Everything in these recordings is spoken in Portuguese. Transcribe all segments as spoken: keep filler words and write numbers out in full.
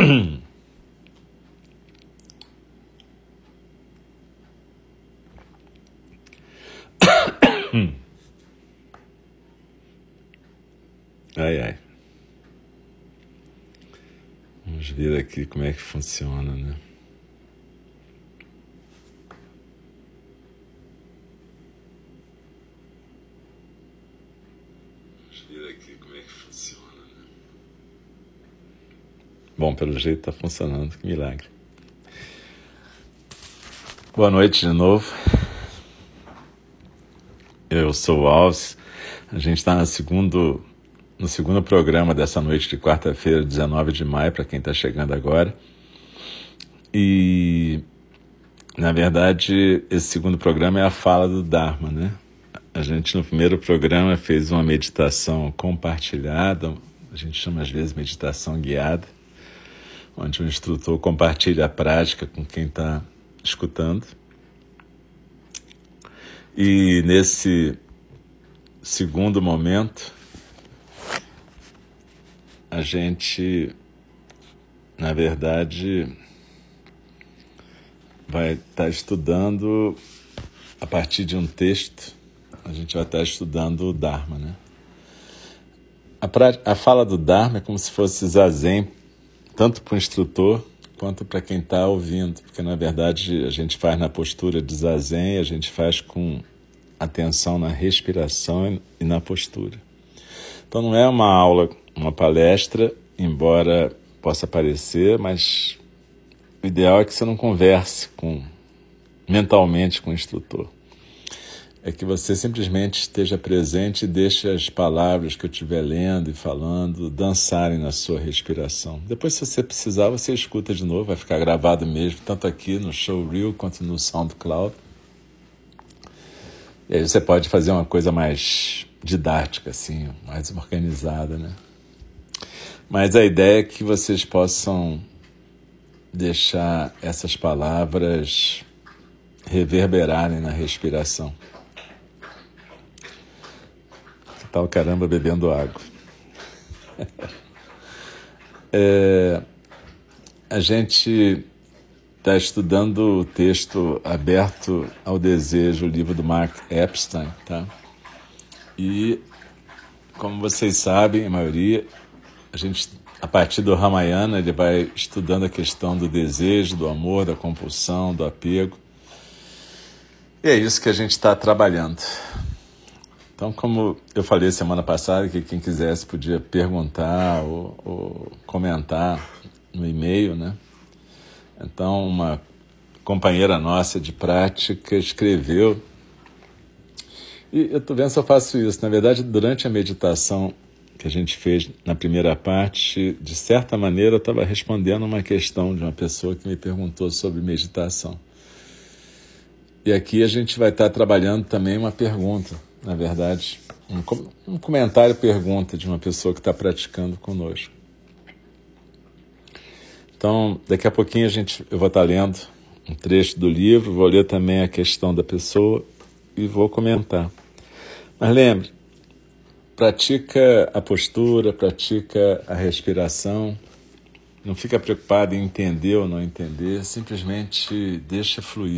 Ai, ai. Vamos ver aqui como é que funciona, né? Vamos ver aqui como é que funciona, né? Bom, pelo jeito está funcionando, que milagre. Boa noite de novo. Eu sou o Alves. A gente está no segundo, no segundo programa dessa noite de quarta-feira, dezenove de maio, para quem está chegando agora. E, na verdade, esse segundo programa é a fala do Dharma, né? A gente, no primeiro programa, fez uma meditação compartilhada, a gente chama às vezes meditação guiada, onde o instrutor compartilha a prática com quem está escutando. E nesse segundo momento, a gente, na verdade, vai estar estudando, a partir de um texto, a gente vai estar estudando o Dharma, né? A, pra, a fala do Dharma é como se fosse zazen, tanto para o instrutor quanto para quem está ouvindo, porque na verdade a gente faz na postura de zazen, a gente faz com atenção na respiração e na postura. Então não é uma aula, uma palestra, embora possa parecer, mas o ideal é que você não converse com, mentalmente com o instrutor. É que você simplesmente esteja presente e deixe as palavras que eu estiver lendo e falando dançarem na sua respiração. Depois, se você precisar, você escuta de novo, vai ficar gravado mesmo, tanto aqui no Showreel quanto no SoundCloud. E aí você pode fazer uma coisa mais didática, assim, mais organizada, né? Mas a ideia é que vocês possam deixar essas palavras reverberarem na respiração. Tá o caramba bebendo água. É, a gente está estudando o texto Aberto ao Desejo, o livro do Mark Epstein, tá? E, como vocês sabem, a maioria, a gente, a partir do Ramayana, ele vai estudando a questão do desejo, do amor, da compulsão, do apego. E é isso que a gente está trabalhando. Então, como eu falei semana passada, que quem quisesse podia perguntar ou, ou comentar no e-mail, né? Então, uma companheira nossa de prática escreveu, e eu estou vendo se eu faço isso. Na verdade, durante a meditação que a gente fez na primeira parte, de certa maneira, eu estava respondendo uma questão de uma pessoa que me perguntou sobre meditação. E aqui a gente vai estar trabalhando também uma pergunta. Na verdade, um, um comentário-pergunta de uma pessoa que está praticando conosco. Então, daqui a pouquinho a gente, eu vou estar lendo um trecho do livro, vou ler também a questão da pessoa e vou comentar. Mas lembre, pratica a postura, pratica a respiração, não fica preocupado em entender ou não entender, simplesmente deixa fluir.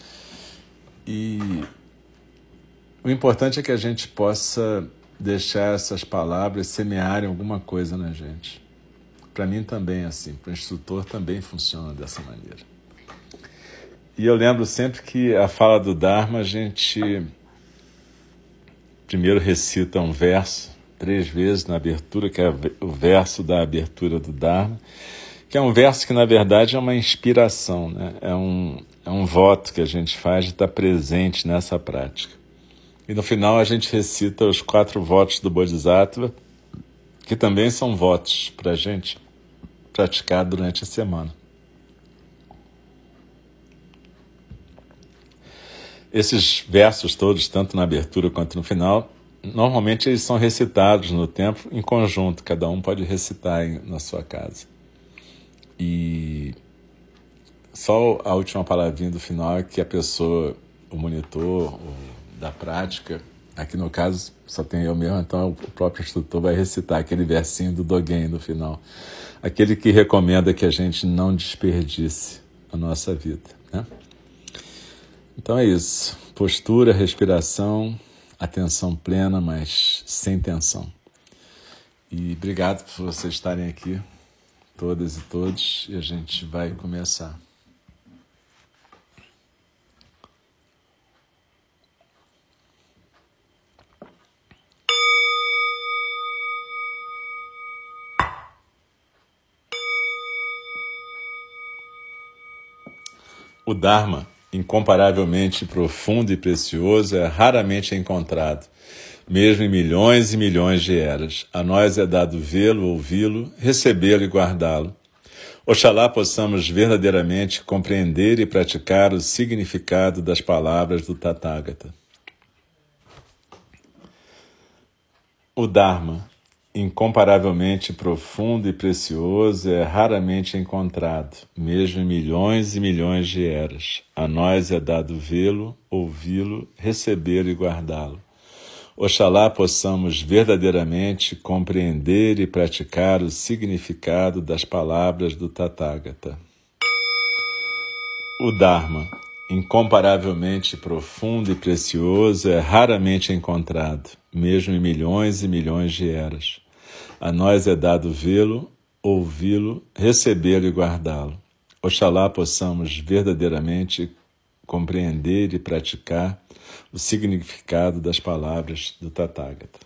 E o importante é que a gente possa deixar essas palavras semearem alguma coisa na gente. Para mim também é assim, para o instrutor também funciona dessa maneira. E eu lembro sempre que a fala do Dharma, a gente primeiro recita um verso, três vezes na abertura, que é o verso da abertura do Dharma, que é um verso que na verdade é uma inspiração, né? É um, é um voto que a gente faz de estar presente nessa prática. E no final a gente recita os quatro votos do Bodhisattva, que também são votos para a gente praticar durante a semana. Esses versos todos, tanto na abertura quanto no final, normalmente eles são recitados no tempo em conjunto, cada um pode recitar em, na sua casa. E só a última palavrinha do final é que a pessoa, o monitor, o da prática, Aqui no caso só tem eu mesmo, então o próprio instrutor vai recitar aquele versinho do Dogen no final. Aquele que recomenda que a gente não desperdice a nossa vida, né? Então é isso. Postura, respiração, atenção plena, mas sem tensão. E obrigado por vocês estarem aqui, todas e todos, e a gente vai começar. O Dharma, incomparavelmente profundo e precioso, é raramente encontrado, mesmo em milhões e milhões de eras. A nós é dado vê-lo, ouvi-lo, recebê-lo e guardá-lo. Oxalá possamos verdadeiramente compreender e praticar o significado das palavras do Tathagata. O Dharma, incomparavelmente profundo e precioso, é raramente encontrado, mesmo em milhões e milhões de eras. A nós é dado vê-lo, ouvi-lo, recebê-lo e guardá-lo. Oxalá possamos verdadeiramente compreender e praticar o significado das palavras do Tathagata. O Dharma, incomparavelmente profundo e precioso, é raramente encontrado, mesmo em milhões e milhões de eras. A nós é dado vê-lo, ouvi-lo, recebê-lo e guardá-lo. Oxalá possamos verdadeiramente compreender e praticar o significado das palavras do Tathagata.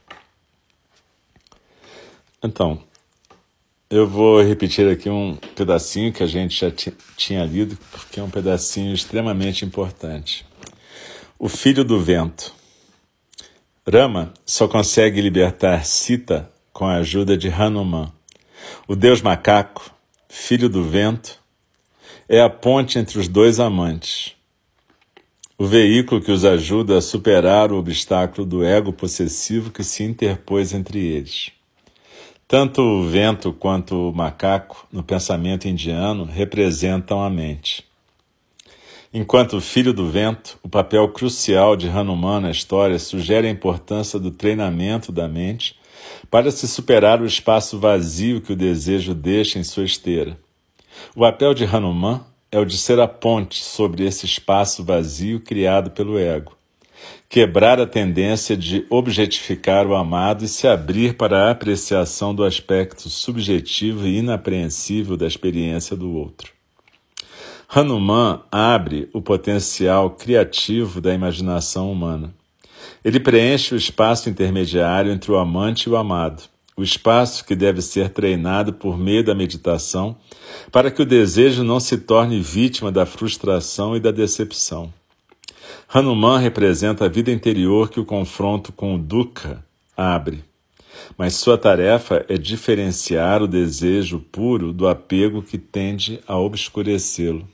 Então, eu vou repetir aqui um pedacinho que a gente já t- tinha lido, porque é um pedacinho extremamente importante. O filho do vento. Rama só consegue libertar Sita com a ajuda de Hanuman. O deus macaco, filho do vento, é a ponte entre os dois amantes. O veículo que os ajuda a superar o obstáculo do ego possessivo que se interpôs entre eles. Tanto o vento quanto o macaco, no pensamento indiano, representam a mente. Enquanto o filho do vento, o papel crucial de Hanuman na história sugere a importância do treinamento da mente para se superar o espaço vazio que o desejo deixa em sua esteira. O papel de Hanuman é o de ser a ponte sobre esse espaço vazio criado pelo ego, quebrar a tendência de objetificar o amado e se abrir para a apreciação do aspecto subjetivo e inapreensível da experiência do outro. Hanuman abre o potencial criativo da imaginação humana. Ele preenche o espaço intermediário entre o amante e o amado, o espaço que deve ser treinado por meio da meditação para que o desejo não se torne vítima da frustração e da decepção. Hanuman representa a vida interior que o confronto com o dukkha abre, mas sua tarefa é diferenciar o desejo puro do apego que tende a obscurecê-lo.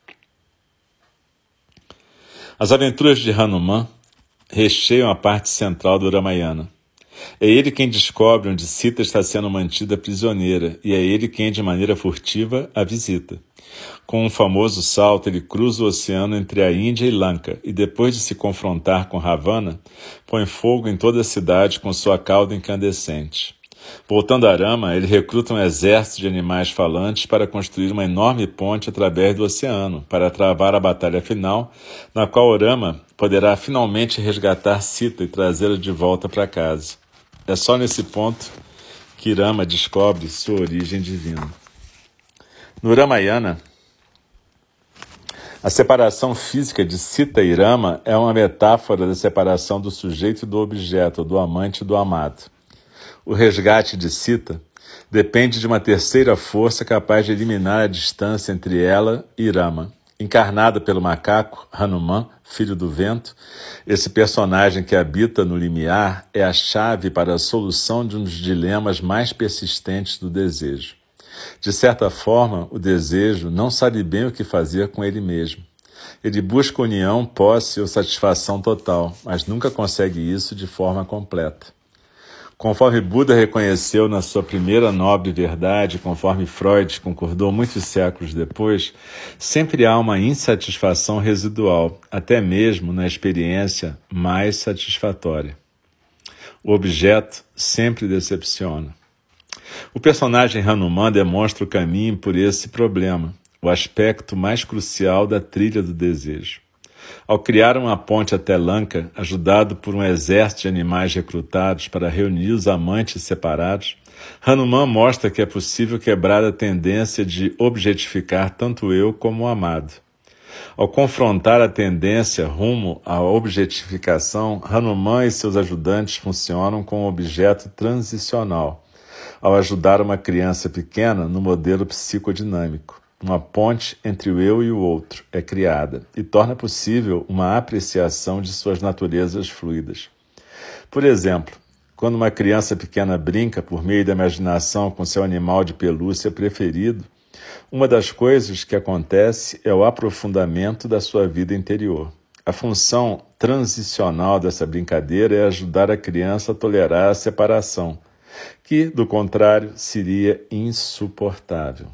As aventuras de Hanuman recheiam a parte central do Ramayana. É ele quem descobre onde Sita está sendo mantida prisioneira e é ele quem, de maneira furtiva, a visita. Com um famoso salto, ele cruza o oceano entre a Índia e Lanka e, depois de se confrontar com Ravana, põe fogo em toda a cidade com sua cauda incandescente. Voltando a Rama, ele recruta um exército de animais falantes para construir uma enorme ponte através do oceano, para travar a batalha final, na qual Rama poderá finalmente resgatar Sita e trazê-la de volta para casa. É só nesse ponto que Rama descobre sua origem divina. No Ramayana, a separação física de Sita e Rama é uma metáfora da separação do sujeito e do objeto, do amante e do amado. O resgate de Sita depende de uma terceira força capaz de eliminar a distância entre ela e Rama. Encarnada pelo macaco Hanuman, filho do vento, esse personagem que habita no limiar é a chave para a solução de um dos dilemas mais persistentes do desejo. De certa forma, o desejo não sabe bem o que fazer com ele mesmo. Ele busca união, posse ou satisfação total, mas nunca consegue isso de forma completa. Conforme Buda reconheceu na sua primeira nobre verdade, conforme Freud concordou muitos séculos depois, sempre há uma insatisfação residual, até mesmo na experiência mais satisfatória. O objeto sempre decepciona. O personagem Hanuman demonstra o caminho por esse problema, o aspecto mais crucial da trilha do desejo. Ao criar uma ponte até Lanka, ajudado por um exército de animais recrutados para reunir os amantes separados, Hanuman mostra que é possível quebrar a tendência de objetificar tanto eu como o amado. Ao confrontar a tendência rumo à objetificação, Hanuman e seus ajudantes funcionam como objeto transicional, ao ajudar uma criança pequena no modelo psicodinâmico. Uma ponte entre o eu e o outro é criada e torna possível uma apreciação de suas naturezas fluidas. Por exemplo, quando uma criança pequena brinca por meio da imaginação com seu animal de pelúcia preferido, uma das coisas que acontece é o aprofundamento da sua vida interior. A função transicional dessa brincadeira é ajudar a criança a tolerar a separação, que, do contrário, seria insuportável.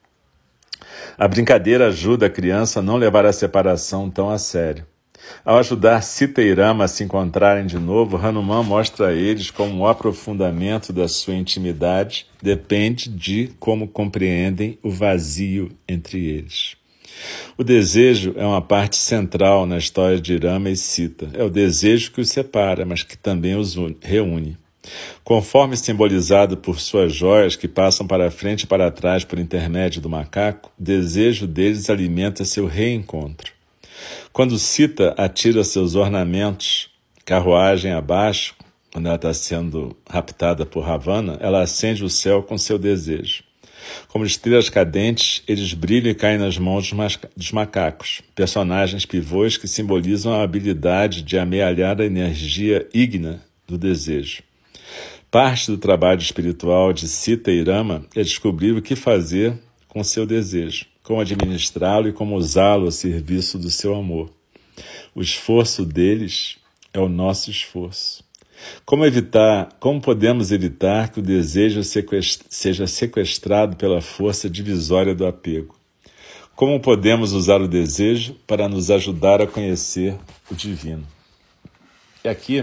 A brincadeira ajuda a criança a não levar a separação tão a sério. Ao ajudar Sita e Rama a se encontrarem de novo, Hanuman mostra a eles como o aprofundamento da sua intimidade depende de como compreendem o vazio entre eles. O desejo é uma parte central na história de Rama e Sita. É o desejo que os separa, mas que também os reúne. Conforme simbolizado por suas joias que passam para frente e para trás por intermédio do macaco, o desejo deles alimenta seu reencontro. Quando Sita atira seus ornamentos, carruagem abaixo, quando ela está sendo raptada por Ravana, ela acende o céu com seu desejo. Como estrelas cadentes, eles brilham e caem nas mãos dos macacos, personagens pivôs que simbolizam a habilidade de amealhar a energia ígnea do desejo. Parte do trabalho espiritual de Sita e Rama é descobrir o que fazer com seu desejo, como administrá-lo e como usá-lo ao serviço do seu amor. O esforço deles é o nosso esforço. Como evitar, como podemos evitar que o desejo seja sequestrado pela força divisória do apego? Como podemos usar o desejo para nos ajudar a conhecer o divino? E aqui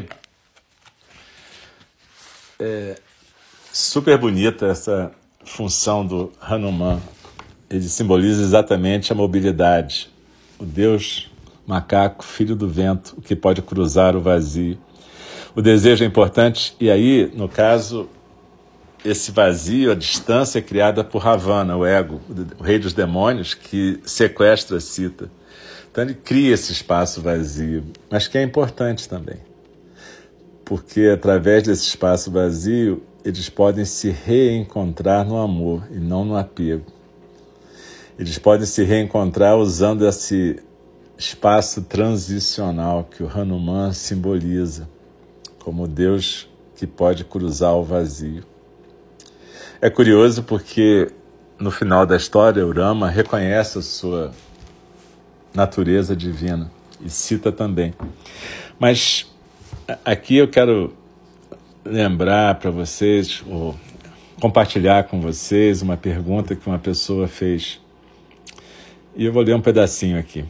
é super bonita essa função do Hanuman. Ele simboliza exatamente a mobilidade. O Deus macaco, filho do vento, o que pode cruzar o vazio. O desejo é importante, e aí, no caso, esse vazio, a distância é criada por Ravana, o ego, o rei dos demônios, que sequestra Sita. Então ele cria esse espaço vazio, mas que é importante também. Porque através desse espaço vazio, eles podem se reencontrar no amor e não no apego. Eles podem se reencontrar usando esse espaço transicional que o Hanuman simboliza, como Deus que pode cruzar o vazio. É curioso porque no final da história o Rama reconhece a sua natureza divina e Sita também. Mas aqui eu quero lembrar para vocês, ou compartilhar com vocês uma pergunta que uma pessoa fez. E eu vou ler um pedacinho aqui.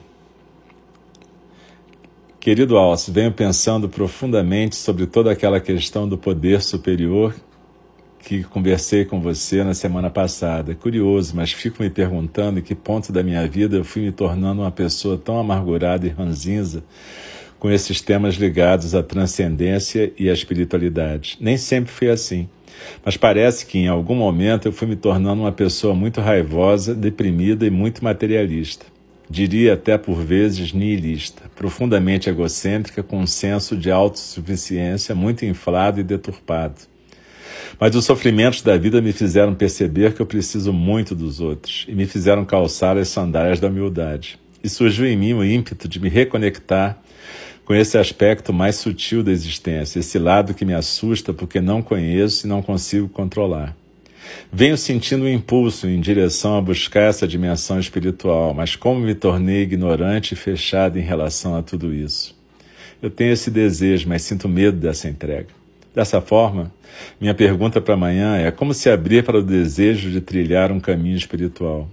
Querido Alce, venho pensando profundamente sobre toda aquela questão do poder superior que conversei com você na semana passada. É curioso, mas fico me perguntando em que ponto da minha vida eu fui me tornando uma pessoa tão amargurada e ranzinza com esses temas ligados à transcendência e à espiritualidade. Nem sempre foi assim, mas parece que em algum momento eu fui me tornando uma pessoa muito raivosa, deprimida e muito materialista. Diria até por vezes nihilista, profundamente egocêntrica, com um senso de autossuficiência muito inflado e deturpado. Mas os sofrimentos da vida me fizeram perceber que eu preciso muito dos outros e me fizeram calçar as sandálias da humildade. E surgiu em mim o ímpeto de me reconectar com esse aspecto mais sutil da existência, esse lado que me assusta porque não conheço e não consigo controlar. Venho sentindo um impulso em direção a buscar essa dimensão espiritual, mas como me tornei ignorante e fechado em relação a tudo isso? Eu tenho esse desejo, mas sinto medo dessa entrega. Dessa forma, minha pergunta para amanhã é como se abrir para o desejo de trilhar um caminho espiritual.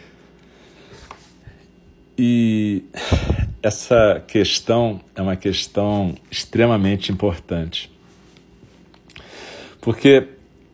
E essa questão é uma questão extremamente importante. Porque,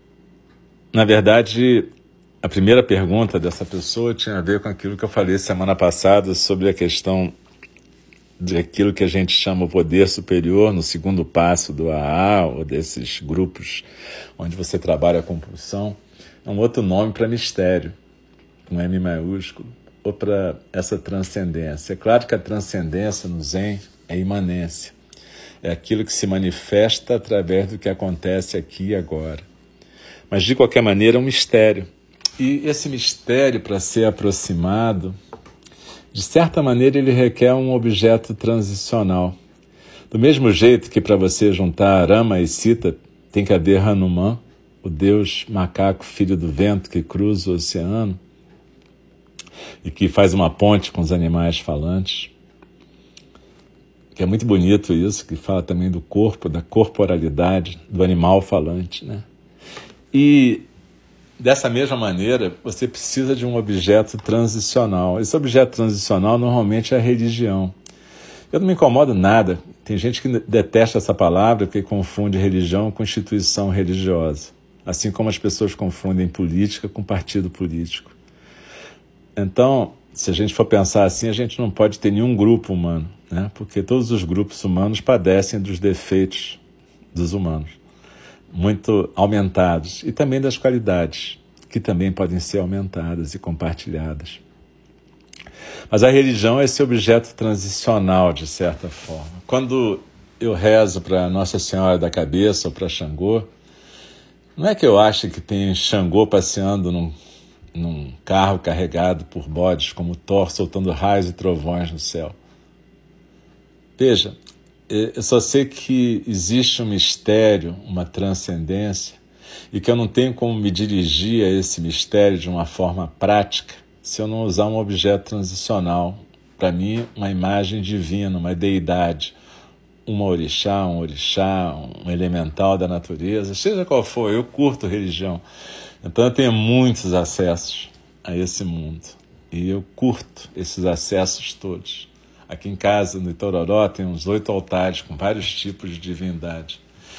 na verdade, a primeira pergunta dessa pessoa tinha a ver com aquilo que eu falei semana passada sobre a questão de aquilo que a gente chama o poder superior no segundo passo do A A, ou desses grupos onde você trabalha a compulsão. É um outro nome para mistério, com M maiúsculo, ou para essa transcendência. É claro que a transcendência no Zen é imanência. É aquilo que se manifesta através do que acontece aqui e agora. Mas, de qualquer maneira, é um mistério. E esse mistério, para ser aproximado, de certa maneira, ele requer um objeto transicional. Do mesmo jeito que para você juntar Rama e Sita, tem que haver Hanuman, o deus macaco filho do vento que cruza o oceano e que faz uma ponte com os animais falantes. Que é muito bonito isso, que fala também do corpo, da corporalidade, do animal falante, né? E dessa mesma maneira, você precisa de um objeto transicional. Esse objeto transicional normalmente é a religião. Eu não me incomodo nada. Tem gente que detesta essa palavra porque confunde religião com instituição religiosa. Assim como as pessoas confundem política com partido político. Então, se a gente for pensar assim, a gente não pode ter nenhum grupo humano, né? Porque todos os grupos humanos padecem dos defeitos dos humanos, muito aumentados, e também das qualidades, que também podem ser aumentadas e compartilhadas. Mas a religião é esse objeto transicional, de certa forma. Quando eu rezo para Nossa Senhora da Cabeça ou para Xangô, não é que eu ache que tem Xangô passeando num, num carro carregado por bodes como Thor, soltando raios e trovões no céu. Veja, eu só sei que existe um mistério, uma transcendência, e que eu não tenho como me dirigir a esse mistério de uma forma prática se eu não usar um objeto transicional. Para mim, uma imagem divina, uma deidade, uma orixá, um orixá, um elemental da natureza, seja qual for, eu curto religião. Então eu tenho muitos acessos a esse mundo, e eu curto esses acessos todos. Aqui em casa, no Itororó, tem uns oito altares com vários tipos de divindade.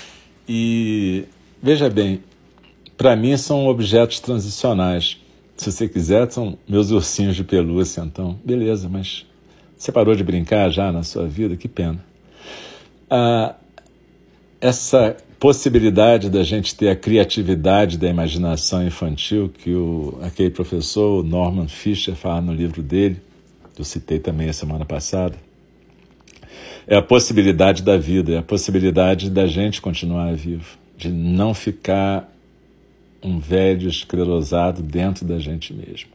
E, veja bem, para mim são objetos transicionais. Se você quiser, são meus ursinhos de pelúcia, então, beleza, mas você parou de brincar já na sua vida? Que pena. Ah, essa possibilidade da gente ter a criatividade da imaginação infantil, que o, aquele professor Norman Fischer fala no livro dele, eu citei também a semana passada, é a possibilidade da vida, é a possibilidade da gente continuar vivo, de não ficar um velho esclerosado dentro da gente mesmo.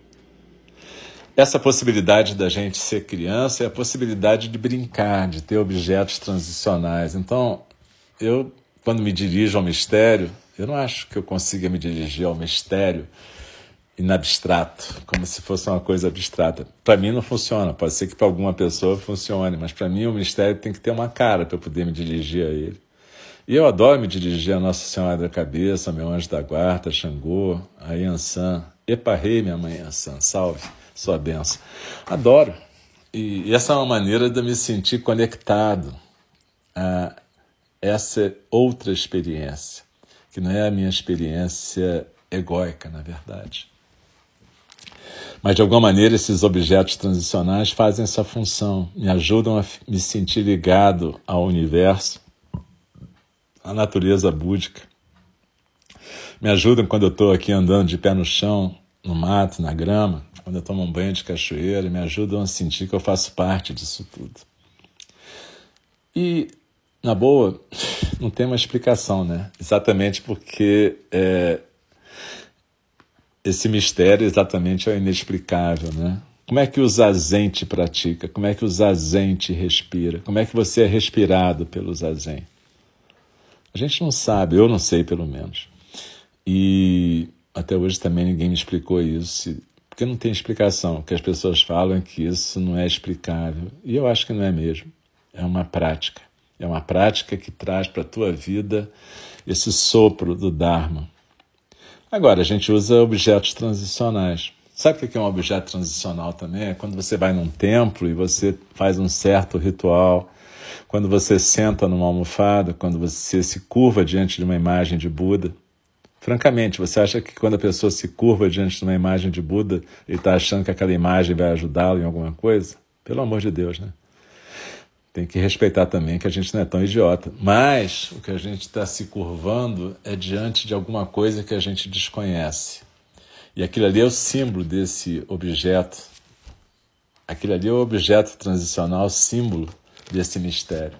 Essa possibilidade da gente ser criança é a possibilidade de brincar, de ter objetos transicionais. Então, eu, quando me dirijo ao mistério, eu não acho que eu consiga me dirigir ao mistério in abstrato, como se fosse uma coisa abstrata. Para mim não funciona, pode ser que para alguma pessoa funcione, mas para mim o mistério tem que ter uma cara para eu poder me dirigir a ele. E eu adoro me dirigir a Nossa Senhora da Cabeça, meu anjo da guarda, Xangô, a Yansan, Eparrei, minha mãe Yansan, salve, sua bênção. Adoro. E essa é uma maneira de eu me sentir conectado a essa outra experiência, que não é a minha experiência egóica, na verdade. Mas, de alguma maneira, esses objetos transicionais fazem essa função, me ajudam a me sentir ligado ao universo, à natureza búdica. Me ajudam quando eu estou aqui andando de pé no chão, no mato, na grama, quando eu tomo um banho de cachoeira, me ajudam a sentir que eu faço parte disso tudo. E, na boa, não tem uma explicação, né? Exatamente porque é, esse mistério exatamente é o inexplicável, né? Como é que o zazen te pratica? Como é que o zazen te respira? Como é que você é respirado pelo zazen? A gente não sabe, eu não sei pelo menos. E até hoje também ninguém me explicou isso, porque não tem explicação. O que as pessoas falam é que isso não é explicável. E eu acho que não é mesmo. É uma prática. É uma prática que traz para a tua vida esse sopro do Dharma. Agora, a gente usa objetos transicionais. Sabe o que é um objeto transicional também? É quando você vai num templo e você faz um certo ritual, quando você senta numa almofada, quando você se curva diante de uma imagem de Buda. Francamente, você acha que quando a pessoa se curva diante de uma imagem de Buda, ele está achando que aquela imagem vai ajudá-lo em alguma coisa? Pelo amor de Deus, né? Tem que respeitar também que a gente não é tão idiota. Mas o que a gente está se curvando é diante de alguma coisa que a gente desconhece. E aquilo ali é o símbolo desse objeto. Aquilo ali é o objeto transicional, símbolo desse mistério.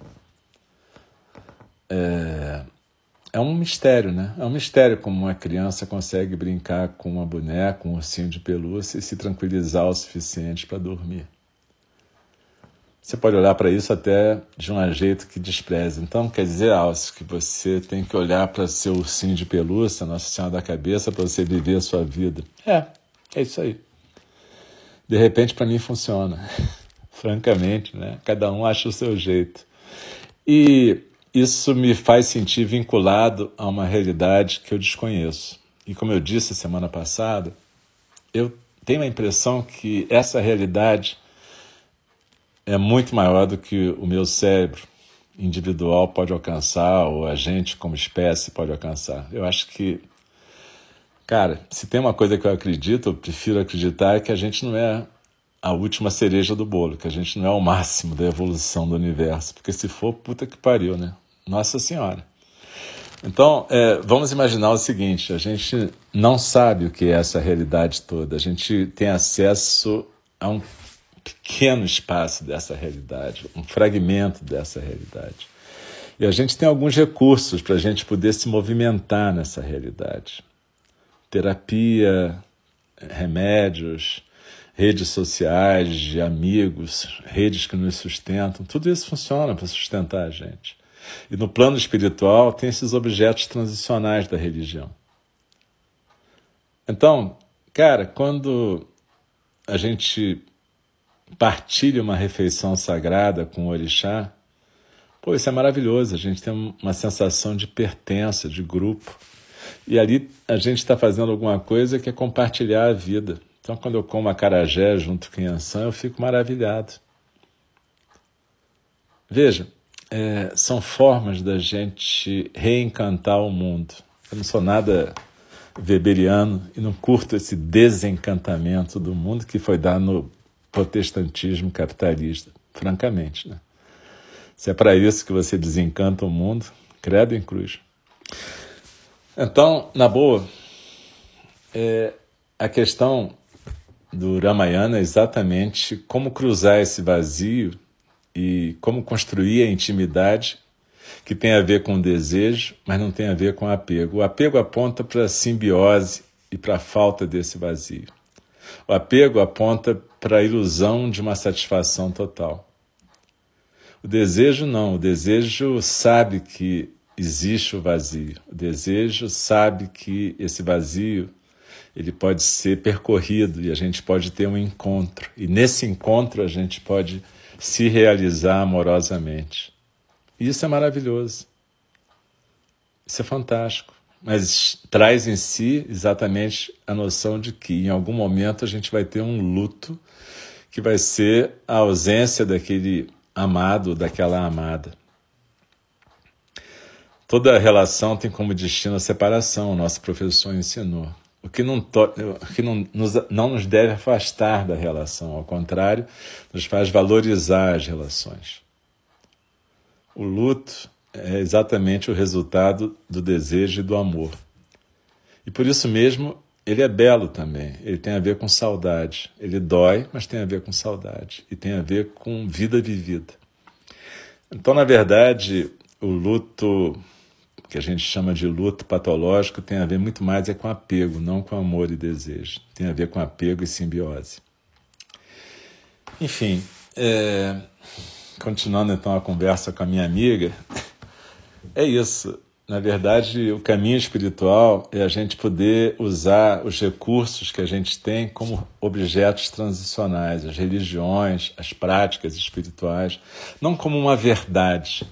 É, é um mistério, né? É um mistério como uma criança consegue brincar com uma boneca, um ursinho de pelúcia e se tranquilizar o suficiente para dormir. Você pode olhar para isso até de um jeito que despreza. Então, quer dizer, Alcio, que você tem que olhar para seu ursinho de pelúcia, Nossa Senhora da Cabeça, para você viver a sua vida. É, é isso aí. De repente, para mim, funciona. Francamente, né? Cada um acha o seu jeito. E isso me faz sentir vinculado a uma realidade que eu desconheço. E como eu disse semana passada, eu tenho a impressão que essa realidade é muito maior do que o meu cérebro individual pode alcançar, ou a gente como espécie pode alcançar. Eu acho que, cara, se tem uma coisa que eu acredito, eu prefiro acreditar, é que a gente não é a última cereja do bolo, que a gente não é o máximo da evolução do universo, porque se for, puta que pariu, né? Nossa Senhora. Então, é, vamos imaginar o seguinte, a gente não sabe o que é essa realidade toda, a gente tem acesso a um pequeno espaço dessa realidade, um fragmento dessa realidade. E a gente tem alguns recursos para a gente poder se movimentar nessa realidade. Terapia, remédios, redes sociais, de amigos, redes que nos sustentam, tudo isso funciona para sustentar a gente. E no plano espiritual tem esses objetos transicionais da religião. Então, cara, quando a gente partilha uma refeição sagrada com o orixá, pô, isso é maravilhoso, a gente tem uma sensação de pertença, de grupo, e ali a gente está fazendo alguma coisa que é compartilhar a vida. Então, quando eu como acarajé junto com Yansan, eu fico maravilhado. Veja, é, são formas da gente reencantar o mundo. Eu não sou nada weberiano e não curto esse desencantamento do mundo que foi dado no protestantismo capitalista, francamente, né? Se é para isso que você desencanta o mundo, credo em cruz. Então, na boa, é, a questão do Ramayana é exatamente como cruzar esse vazio e como construir a intimidade que tem a ver com o desejo, mas não tem a ver com o apego. O apego aponta para a simbiose e para a falta desse vazio. O apego aponta para a ilusão de uma satisfação total. O desejo não, o desejo sabe que existe o vazio. O desejo sabe que esse vazio ele pode ser percorrido e a gente pode ter um encontro. E nesse encontro a gente pode se realizar amorosamente. E isso é maravilhoso. Isso é fantástico. Mas traz em si exatamente a noção de que em algum momento a gente vai ter um luto que vai ser a ausência daquele amado, daquela amada. Toda relação tem como destino a separação, o nosso professor ensinou. O que, não, to- o que não, nos, não nos deve afastar da relação, ao contrário, nos faz valorizar as relações. O luto é exatamente o resultado do desejo e do amor. E por isso mesmo, ele é belo também. Ele tem a ver com saudade. Ele dói, mas tem a ver com saudade. E tem a ver com vida vivida. Então, na verdade, o luto, que a gente chama de luto patológico, tem a ver muito mais é com apego, não com amor e desejo. Tem a ver com apego e simbiose. Enfim, é... continuando então a conversa com a minha amiga, é isso. Na verdade, o caminho espiritual é a gente poder usar os recursos que a gente tem como objetos transicionais, as religiões, as práticas espirituais, não como uma verdade,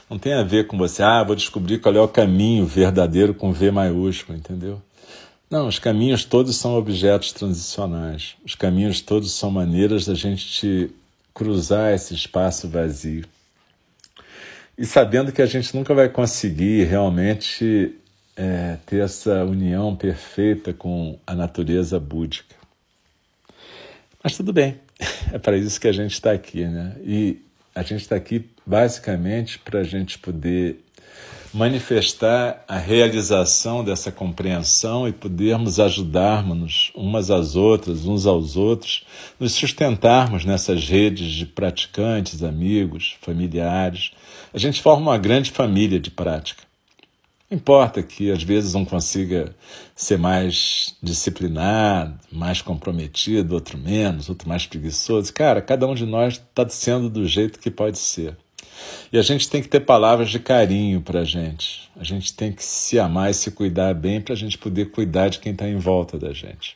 Não tem a ver com você, ah, vou descobrir qual é o caminho verdadeiro com V maiúsculo, entendeu? Não, os caminhos todos são objetos transicionais. Os caminhos todos são maneiras da gente cruzar esse espaço vazio. E sabendo que a gente nunca vai conseguir realmente é, ter essa união perfeita com a natureza búdica. Mas tudo bem, é para isso que a gente está aqui, né? E a gente está aqui basicamente para a gente poder manifestar a realização dessa compreensão e podermos ajudarmos umas às outras, uns aos outros, nos sustentarmos nessas redes de praticantes, amigos, familiares. A gente forma uma grande família de prática. Não importa que às vezes um consiga ser mais disciplinado, mais comprometido, outro menos, outro mais preguiçoso. Cara, cada um de nós está sendo do jeito que pode ser. E a gente tem que ter palavras de carinho para a gente. A gente tem que se amar e se cuidar bem para a gente poder cuidar de quem está em volta da gente.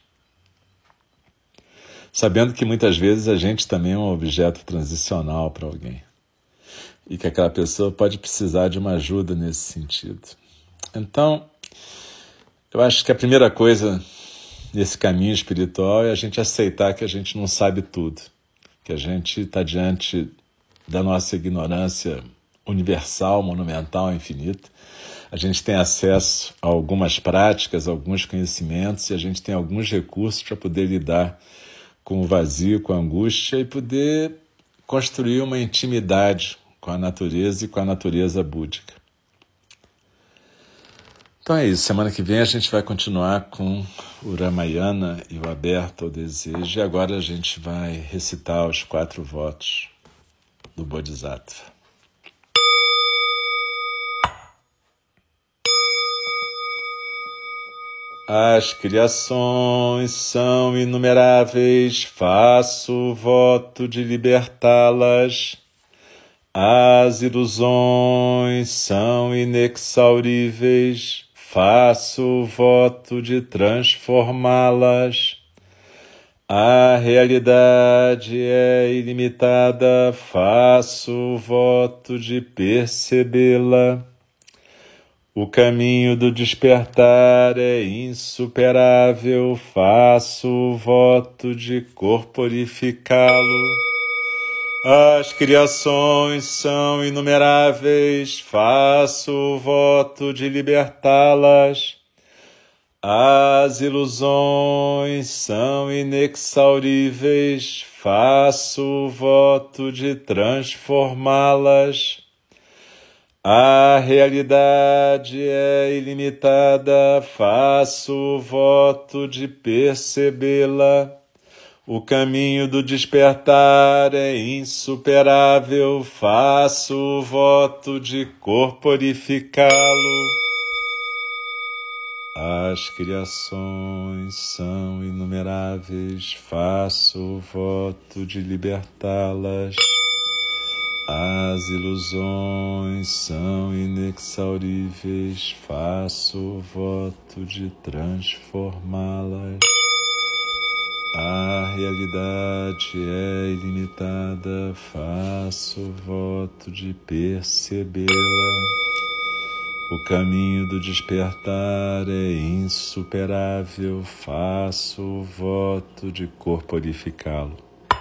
Sabendo que muitas vezes a gente também é um objeto transicional para alguém. E que aquela pessoa pode precisar de uma ajuda nesse sentido. Então, eu acho que a primeira coisa nesse caminho espiritual é a gente aceitar que a gente não sabe tudo. Que a gente está diante da nossa ignorância universal, monumental, infinita. A gente tem acesso a algumas práticas, a alguns conhecimentos, e a gente tem alguns recursos para poder lidar com o vazio, com a angústia e poder construir uma intimidade com a natureza e com a natureza búdica. Então é isso, semana que vem a gente vai continuar com o Ramayana e o Aberto ao Desejo, e agora a gente vai recitar os quatro votos do Bodhisattva. As criações são inumeráveis, faço o voto de libertá-las. As ilusões são inexauríveis, faço o voto de transformá-las. A realidade é ilimitada, faço o voto de percebê-la. O caminho do despertar é insuperável, faço o voto de corporificá-lo. As criações são inumeráveis, faço o voto de libertá-las. As ilusões são inexauríveis, faço o voto de transformá-las. A realidade é ilimitada, faço o voto de percebê-la. O caminho do despertar é insuperável, faço o voto de corporificá-lo. As criações são inumeráveis, faço o voto de libertá-las. As ilusões são inexauríveis, faço o voto de transformá-las. A realidade é ilimitada, faço o voto de percebê-la. O caminho do despertar é insuperável, faço o voto de corporificá-lo.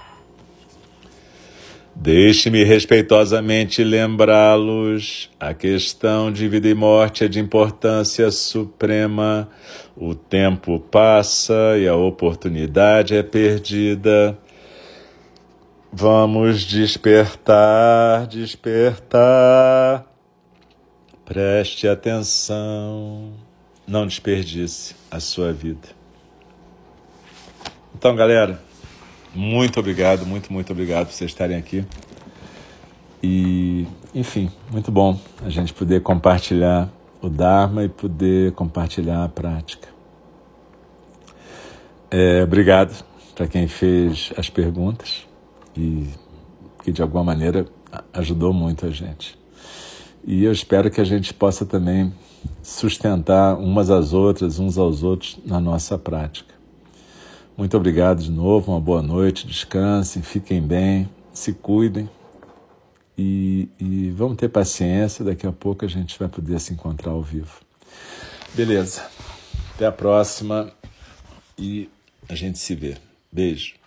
Deixe-me respeitosamente lembrá-los, a questão de vida e morte é de importância suprema. O tempo passa e a oportunidade é perdida. Vamos despertar, despertar. Preste atenção, não desperdice a sua vida. Então, galera, muito obrigado, muito, muito obrigado por vocês estarem aqui. E, enfim, muito bom a gente poder compartilhar o Dharma e poder compartilhar a prática. É, obrigado para quem fez as perguntas e que, de alguma maneira, ajudou muito a gente. E eu espero que a gente possa também sustentar umas às outras, uns aos outros na nossa prática. Muito obrigado de novo, uma boa noite, descansem, fiquem bem, se cuidem E, e vamos ter paciência, daqui a pouco a gente vai poder se encontrar ao vivo. Beleza. Até a próxima e a gente se vê. Beijo.